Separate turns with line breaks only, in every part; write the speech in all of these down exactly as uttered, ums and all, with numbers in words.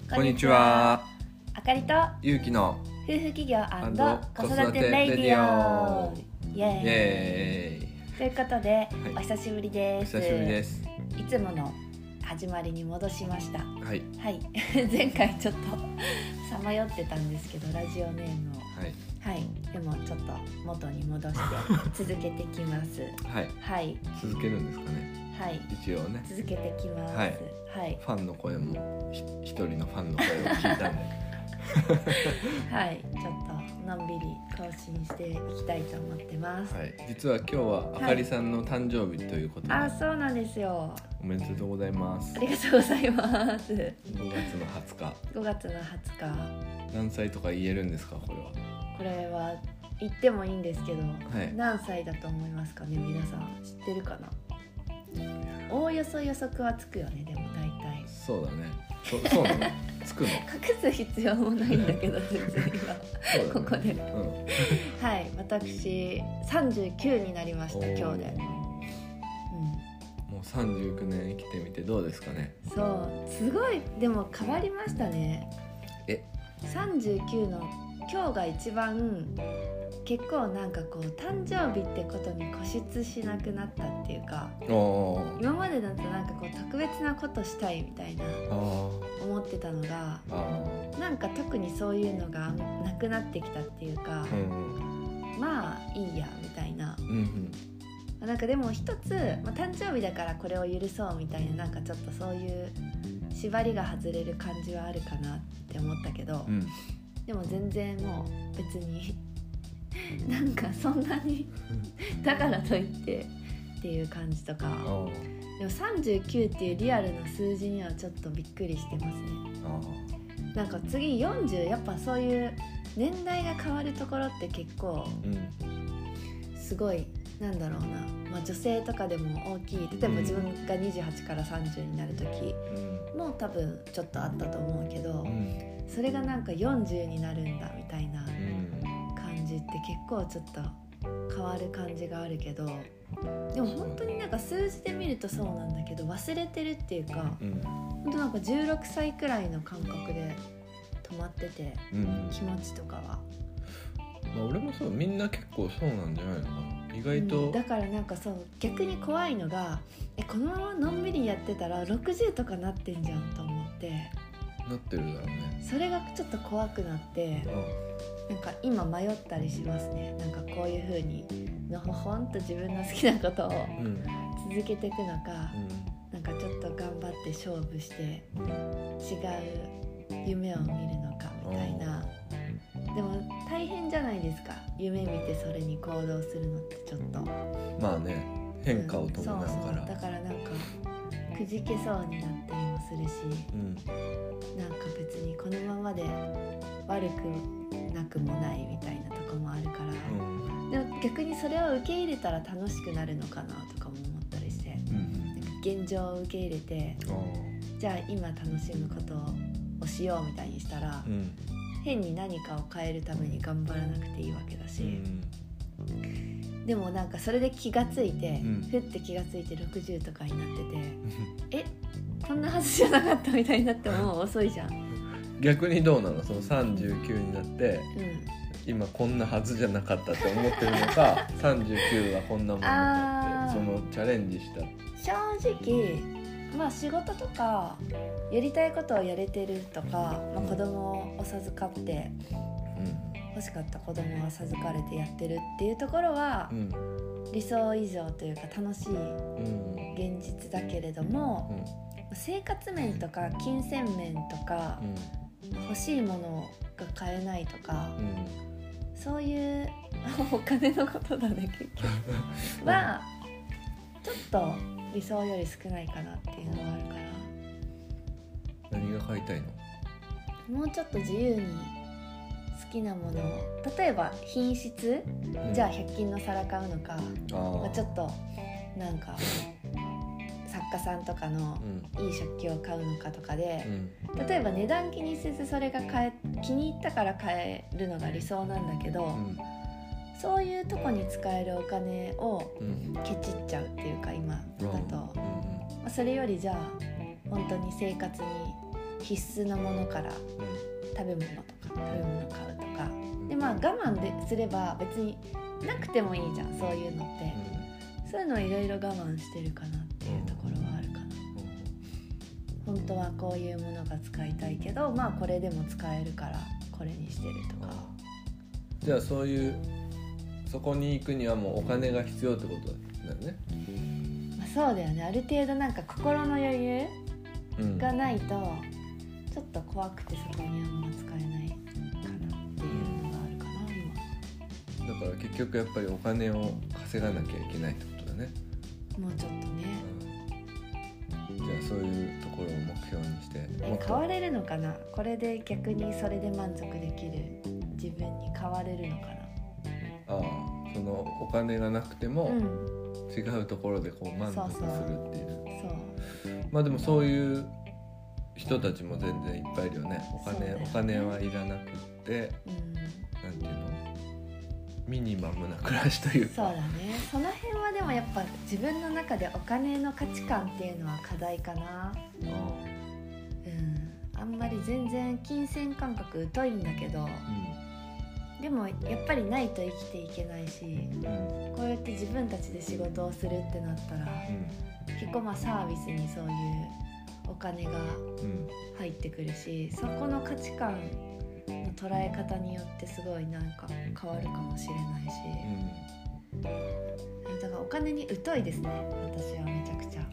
こんにちは。
あかりと
ゆうきの
夫婦企業&子育てレディオイエーイ、
イエーイ
ということで、
はい、
お久しぶりです。
お久しぶりです。
いつもの始まりに戻しました。
はい、
はい、前回ちょっとさまよってたんですけど、ラジオネームを
はい、
はい、でもちょっと元に戻して続けてきます
はい、
はい、
続けるんですかね。
はい、
一応ね、
続けてきます。
はい
はい、
ファンの声もひ一人のファンの声を聞いたんで
はい、ちょっとのんびり更新していきたいと思ってます。
はい、実は今日はあかりさんの誕生日ということで、
あ、そうなんですよ。
おめでとうございます。
ありがとうございます。
ごがつのはつか。
ごがつのはつか。
何歳とか言えるんですか、これは。
これは言ってもいいんですけど、
はい、
何歳だと思いますかね、皆さん知ってるかな。おおよそ予測はつくよね、でも大体。
そうだね。そそうなのつくの。
隠す必要もないんだけど、全然今、ね、ここで、うん、はい、私さんじゅうきゅうになりました、今日で。
もうさんじゅうきゅうねん生きてみてどうですかね。
そうすごい、でも変わりましたね。
え
さんじゅうきゅうの今日が一番結構なんかこう誕生日ってことに固執しなくなったっていうか、今までだとなんかこう特別なことしたいみたいな思ってたのが、なんか特にそういうのがなくなってきたっていうか、うん、まあいいやみたいな、うんうん、なんかでも一つ、まあ、誕生日だからこれを許そうみたいな、なんかちょっとそういう縛りが外れる感じはあるかなって思ったけど、うん、でも全然もう別になんかそんなにだからといってっていう感じとか。でもさんじゅうきゅうっていうリアルな数字にはちょっとびっくりしてますね。なんか次よんじゅう、やっぱそういう年代が変わるところって結構すごい、なんだろうな、まあ、女性とかでも大きい、例えば自分がにじゅうはちからさんじゅうになる時も多分ちょっとあったと思うけど、それがなんかよんじゅうになるんだみたいな感じって結構ちょっと変わる感じがあるけど、でも本当になんか数字で見るとそうなんだけど、忘れてるっていうか、本当なんかじゅうろくさいくらいの感覚で止まってて、気持ちとかは、
まあ、俺もそう、みんな結構そうなんじゃないのかな、意外と、
うん、だからなんかそう、逆に怖いのが、えこのままのんびりやってたらろくじゅうとかなってんじゃんと思って、
なってるだろうね。そ
れがちょっと怖くなって、なんか今迷ったりしますね。なんかこういう風にのほほんと自分の好きなことを続けていくのか、うん、なんかちょっと頑張って勝負して違う夢を見るのかみたいな。でも大変じゃないですか、夢見てそれに行動するのってちょっと。ま
あね、変化を伴うから、うん、そうそう、
だからなんかくじけそうになったりもするし、うん、なんか別にこのままで悪くなくもないみたいなとこもあるから、うん、でも逆にそれを受け入れたら楽しくなるのかなとかも思ったりして、うん、なんか現状を受け入れて、うん、じゃあ今楽しむことをしようみたいにしたら、うん、変に何かを変えるために頑張らなくていいわけだし、うん、でもなんかそれで気がついて、うん、ふって気がついてろくじゅうとかになっててえこんなはずじゃなかったみたいになってもう遅いじゃん。
逆にどうなの、そのさんじゅうきゅうになって、うん、今こんなはずじゃなかったって思ってるのかさんじゅうきゅうはこんなもんだってそのチャレンジした。
正直まあ仕事とかやりたいことをやれてるとか、まあ、子供を授かって、うん、欲しかった子供を授かれてやってるっていうところは、うん、理想以上というか楽しい現実だけれども、うん、生活面とか金銭面とか、うん、欲しいものが買えないとか、うん、そういうお金のことだね結局はちょっと理想より少ないかなっていうのがあるから。
何が買いたい
の？もうちょっと自由に好きなものを、例えば品質、うん、じゃあひゃく均の皿買うのか、まあ、ちょっとなんか作家さんとかのいい食器を買うのかとかで、うん、例えば値段気にせずそれが買え気に入ったから買えるのが理想なんだけど、うん、そういうとこに使えるお金をケチっちゃうっていうか今だと、うん、まあ、それよりじゃあ本当に生活に必須なものから、うん、食べ物とか食べ物買うとかで、まあ我慢ですれば別になくてもいいじゃん、そういうのって、うん、そういうのをいろいろ我慢してるかなっていうところはあるかな、うん、本当はこういうものが使いたいけど、まあこれでも使えるからこれにしてるとか。
じゃあそういうそこに行くにはもうお金が必要ってことだよね。
まあ、そうだよね。ある程度なんか心の余裕がないと、うん、ちょっと怖くてそこにあんま使えないかなっていうのがあるかな
今。だから結局やっぱりお金を稼がなきゃいけないってことだね。
もうちょっとね、
うん、じゃあそういうところを目標にして
え変われるのかな。これで逆にそれで満足できる自分に変われるのかな。
ああ、そのお金がなくても違うところでこう満足するっていう、うん、そうそうまあでもそういう人たちも全然いっぱいいるよね。お金、ね、お金はいらなくって、うん、なんていうのミニマムな暮らしというか。
そうだね。その辺はでもやっぱ自分の中でお金の価値観っていうのは課題かな。ああ、うん、あんまり全然金銭感覚疎いんだけど、うん、でもやっぱりないと生きていけないし、うん、こうやって自分たちで仕事をするってなったら、うん、結構まあサービスにそういうお金が入ってくるし、そこの価値観の捉え方によってすごいなんか変わるかもしれないし、うん、だからお金に疎いですね、私はめちゃくちゃ。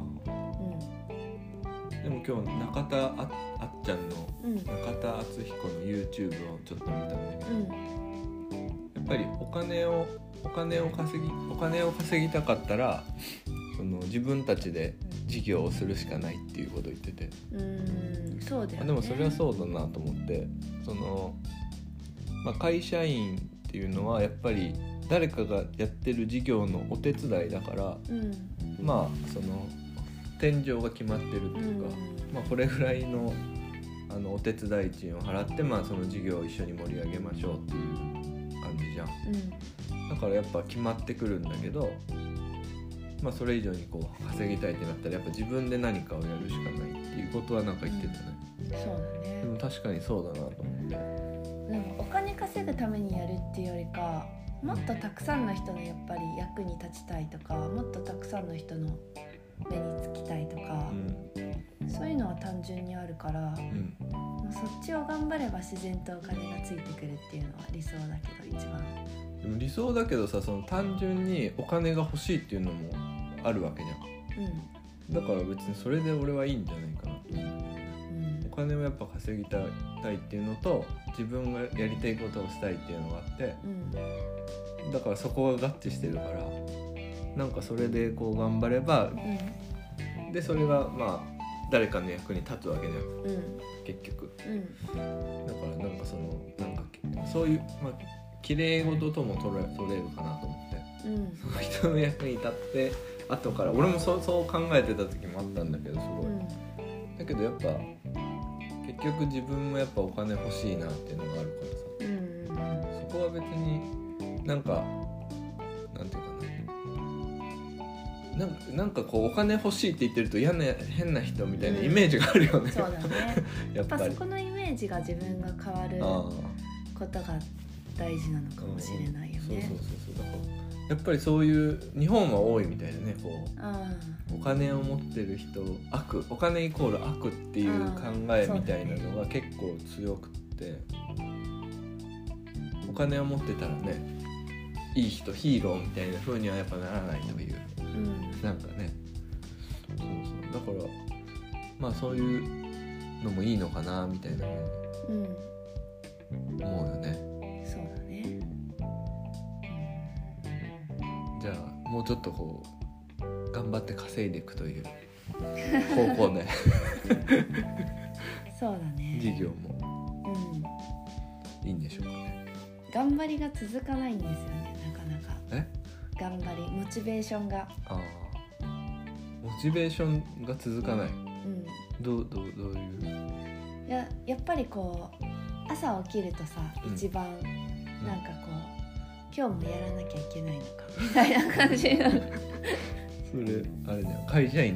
でも今日中田 あ, あっちゃんの、うん、中田敦彦の YouTube をちょっと見たんだけど、うん、やっぱりお金をお金を稼ぎお金を稼ぎたかったらその自分たちで事業をするしかないっていうことを言ってて、
うーん、そうだよね。
でもそれはそうだなと思って、その、まあ、会社員っていうのはやっぱり誰かがやってる事業のお手伝いだから、うん、まあその天井が決まってるっていうか、うんまあ、これぐらい の, あのお手伝い賃を払って、まあ、その事業を一緒に盛り上げましょうっていう感じじゃん、うん、だからやっぱ決まってくるんだけど、まあ、それ以上にこう稼ぎたいってなったらやっぱ自分で何かをやるしかないっていうことはなんか言ってたね、
うん、そうだね。
でも確かにそうだなと思って。
でもお金稼ぐためにやるっていうよりか、もっとたくさんの人のやっぱり役に立ちたいとか、もっとたくさんの人の目につきたいとか、うん、そういうのは単純にあるから、うん、そっちを頑張れば自然とお金がついてくるっていうのは理想だけど一番。
でも理想だけどさ、その単純にお金が欲しいっていうのもあるわけじゃん、うん、だから別にそれで俺はいいんじゃないかなと思う、うん、お金をやっぱ稼ぎたいっていうのと自分がやりたいことをしたいっていうのがあって、うん、だからそこが合致してるからなんかそれでこう頑張れば、うん、でそれがまあ誰かの役に立つわけだよ、うん、結局、うん、だからなんかそのなんかそういうまあ綺麗事とも取れ、取れるかなと思って、うん、その人の役に立って後から俺もそう、そう考えてた時もあったんだけどすごい、うん、だけどやっぱ結局自分もやっぱお金欲しいなっていうのがあるからさ、うん、そこは別になんかなんていうかななんか、なんかこうお金欲しいって言ってると嫌な変な人みたいなイメージがあるよね、うん、
そうだねやっぱりやっぱそこのイメージが自分が変わることが大事なのかもしれないよね、うん、そうそうそうそうだからやっぱりそういう日本は多いみたいだねこうお金を持ってる人悪お金イコール悪っていう考えみたいなのが結構強くって、お金を持ってたらねいい人ヒーローみたいな風にはやっぱならないという、うん、なんかねそうそうだからまあそういうのもいいのかなみたいな風に思うよね、 うん、そうだね、
うん、じゃあもうちょっとこう頑張って稼いでいくという方向で
そうだね
事業も、うん、いいんでしょうかね。
頑張りが続かないんですよねなかなか。
え
頑張りモチベーションが
あモチベーションが続かない、うん、どうどうどういう
ややっぱりこう朝起きるとさ、うん、一番なんかこう、うん、今日もやらなきゃいけないのかみたいな感じなの
それあれじゃん会社員じゃん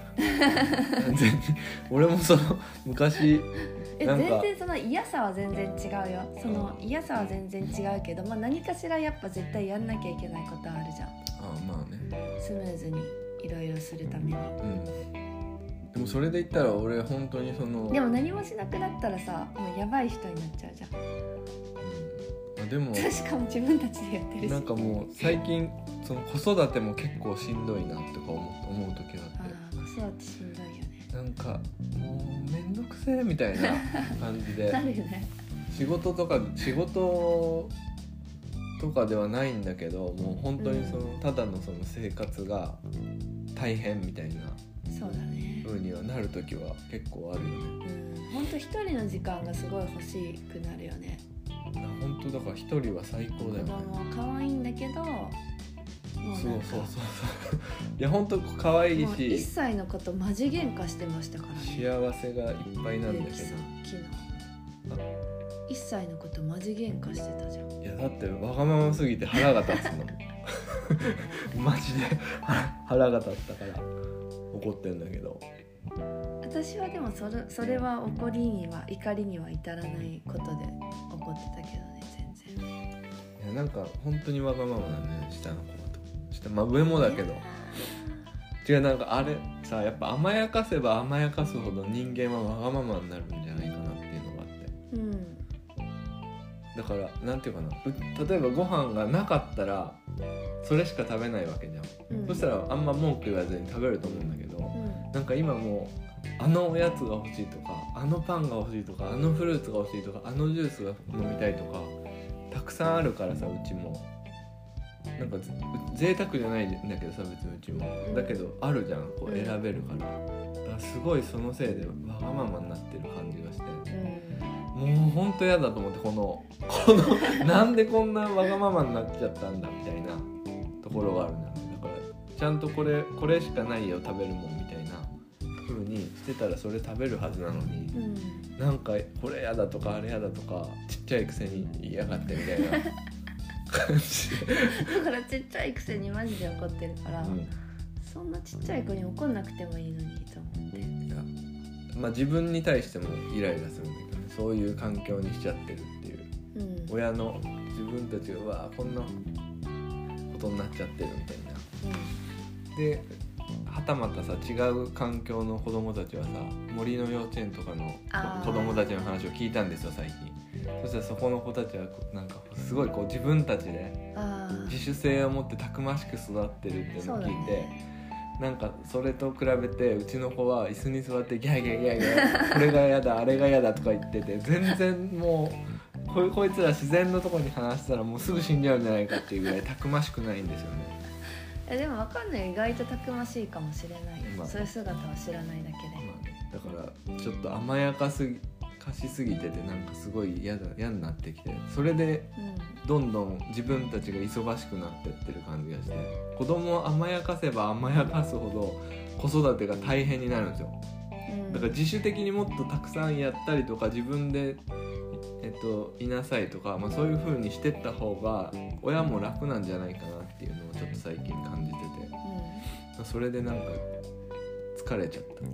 全然俺もその昔
え全然その嫌さは全然違うよ。その嫌さは全然違うけど、まあ、何かしらやっぱ絶対やんなきゃいけないことあるじゃん。あ
あまあね、
スムーズにいろいろするために、うん、
でもそれで言ったら俺本当にその
でも何もしなくなったらさもうやばい人になっちゃうじゃん、
うん、でも
しかも自分たちでやってるし、
なんかもう最近その子育ても結構しんどいなとか思う、思う時があって、
あ子育てしんどいよね。
なんかもうめんどくせえみたいな感じで
なるよね。
仕事とか仕事とかではないんだけど、もう本当にその、うん、ただのその生活が大変みたいな
そうだね
風にはなる時は結構あるよね。
うん、本当一人の時間がすごい欲しくなるよね。
本当だから一人は最高だよね。
子供は可愛いんだけど、もうなんか
そうそうそうそういや本当可愛いし、
いっさいの子とマジ喧嘩してましたからね。
幸せがいっぱいなんだけど、昨
日いっさいの子とマジ喧嘩してたじゃん。
いやだってわがまますぎて腹が立つのマジで腹が立ったから怒ってんだけど、
私はでもそれ、それは怒りには怒りには至らないことで怒ってたけどね。全然
いやなんか本当にわがままなんだよね、下の子はと下、まあ、上もだけど、違うなんかあれさ、やっぱ甘やかせば甘やかすほど人間はわがままになるんじゃないかなっていうのがあって、うん、だからなんていうかな、例えばご飯がなかったらそれしか食べないわけじゃん、うん、そしたらあんま文句言わずに食べると思うんだけど、うん、なんか今もうあのおやつが欲しいとか、あのパンが欲しいとか、あのフルーツが欲しいとか、あのジュースが飲みたいとかたくさんあるからさ、うちもなんか贅沢じゃないんだけどさ、別にうちもだけどあるじゃん、こう選べるから、だからすごいそのせいでわがままになってる感じがして、うん、もうほんと嫌だと思って、このこのなんでこんなわがままになっちゃったんだみたいなところがあるんだよね。だからちゃんとこれこれしかないよ食べるもんみたいな風にしてたらそれ食べるはずなのに、うん、なんかこれやだとかあれやだとかちっちゃいくせに嫌がってみたいな感じ
だからちっちゃいくせにマジで怒ってるから、うん、そんなちっちゃい子に怒んなくてもいいのにと思って、いや、
まあ、自分に対してもイライラするんだけど、ね、そういう環境にしちゃってるっていう、うん、親の自分たちがうわこんなことになっちゃってるみたいな、うん、ではたまたさ違う環境の子供たちはさ、森の幼稚園とかの子供たちの話を聞いたんですよ最近。そしたらそこの子たちはなんかすごいこう自分たちで自主性を持ってたくましく育ってるっていうのを聞いて、ね、なんかそれと比べてうちの子は椅子に座ってギャーギャーギャーギャーこれが嫌だあれが嫌だとか言ってて、全然もう こ, こいつら自然のとこに話したらもうすぐ死んじゃうんじゃないかっていうぐらいたくましくないんですよね。
えでも分かんない、意外とたくましいかもしれない、まあ、そういう姿は知らないだけで、
まあ、だからちょっと甘やかすぎかしすぎててなんかすごい嫌だ嫌になってきて、それでどんどん自分たちが忙しくなってってる感じがして、子供を甘やかせば甘やかすほど子育てが大変になるんですよ。だから自主的にもっとたくさんやったりとか自分で、えっと、いなさいとか、まあ、そういう風にしてった方が親も楽なんじゃないかなっていうのをちょっと最近感じてて、うん、それでなんか疲れちゃった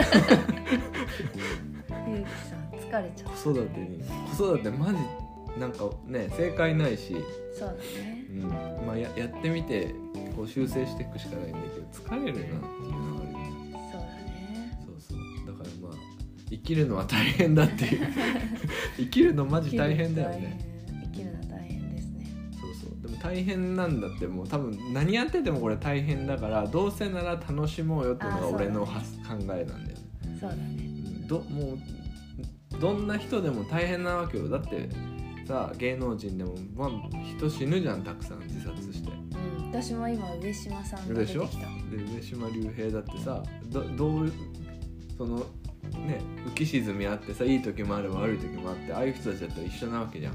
ゆうきさん疲れちゃった。
子育てに子育てマジなんかね正解ないし、
そうだね、
うんまあ、や, やってみてこう修正していくしかないんだけど疲れるなっていうのがあるよね。
そうだね。
そうそうだからまあ生きるのは大変だっていう生きるのマジ大変だよね。
生きるの大変ですね。
そうそうでも大変なんだって、もう多分何やっててもこれ大変だからどうせなら楽しもうよっていうのが俺の、ね、考えなんだよね。
そうだね。
どもうどんな人でも大変なわけよ。だってさ芸能人でも、まあ、人死ぬじゃんたくさん自殺して、
うん、私も今上島さんが出てきたでしょ。
で上島竜兵だってさ ど, どうそのね浮き沈みあってさ、いい時もあれば悪い時もあって、ああいう人たちだったら一緒なわけじゃん、うん、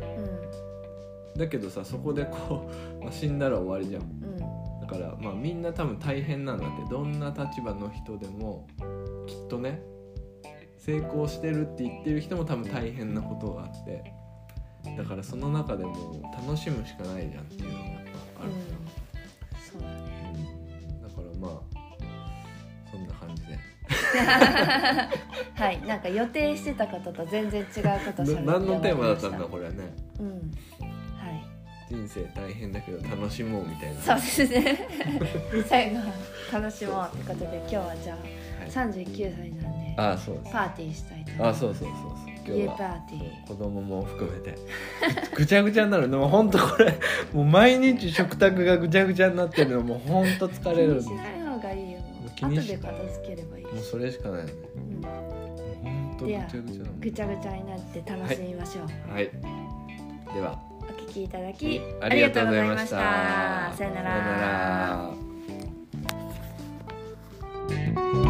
だけどさそこでこう、まあ、死んだら終わりじゃん、うん、だから、まあ、みんな多分大変なんだって。どんな立場の人でもきっとね成功してるって言ってる人も多分大変なことがあって、だからその中でも楽しむしかないじゃんっていうのがやっぱあるじゃん、うん、そうだね、うん、だからまあそんな感じで
はい、なんか予定してたことと全然違うことをしゃべって
何のテーマだったんだこれはね。
うん、はい。
人生大変だけど楽しもうみたいな。
そうですね。最後は楽しもうってことで今日はじゃあ、はい、さんじゅうきゅうさいなんで、
ああそうです、
パーティーしたいと思います。
ああそうそうそうそう。
家パーティー。
子供も含めてぐちゃぐちゃになる。でも本当これもう毎日食卓がぐちゃぐちゃになってるのもう本当疲れる。
気にしない方がいいよ。もう気にし後で片付ければいいし。
もうそれしかないよね。うん、本当ぐちゃぐちゃなの。
ぐちゃぐちゃになって楽しみましょう。
はい。はい、では
お聞きいただき
ありがとうございました。
さよなら。
さよなら。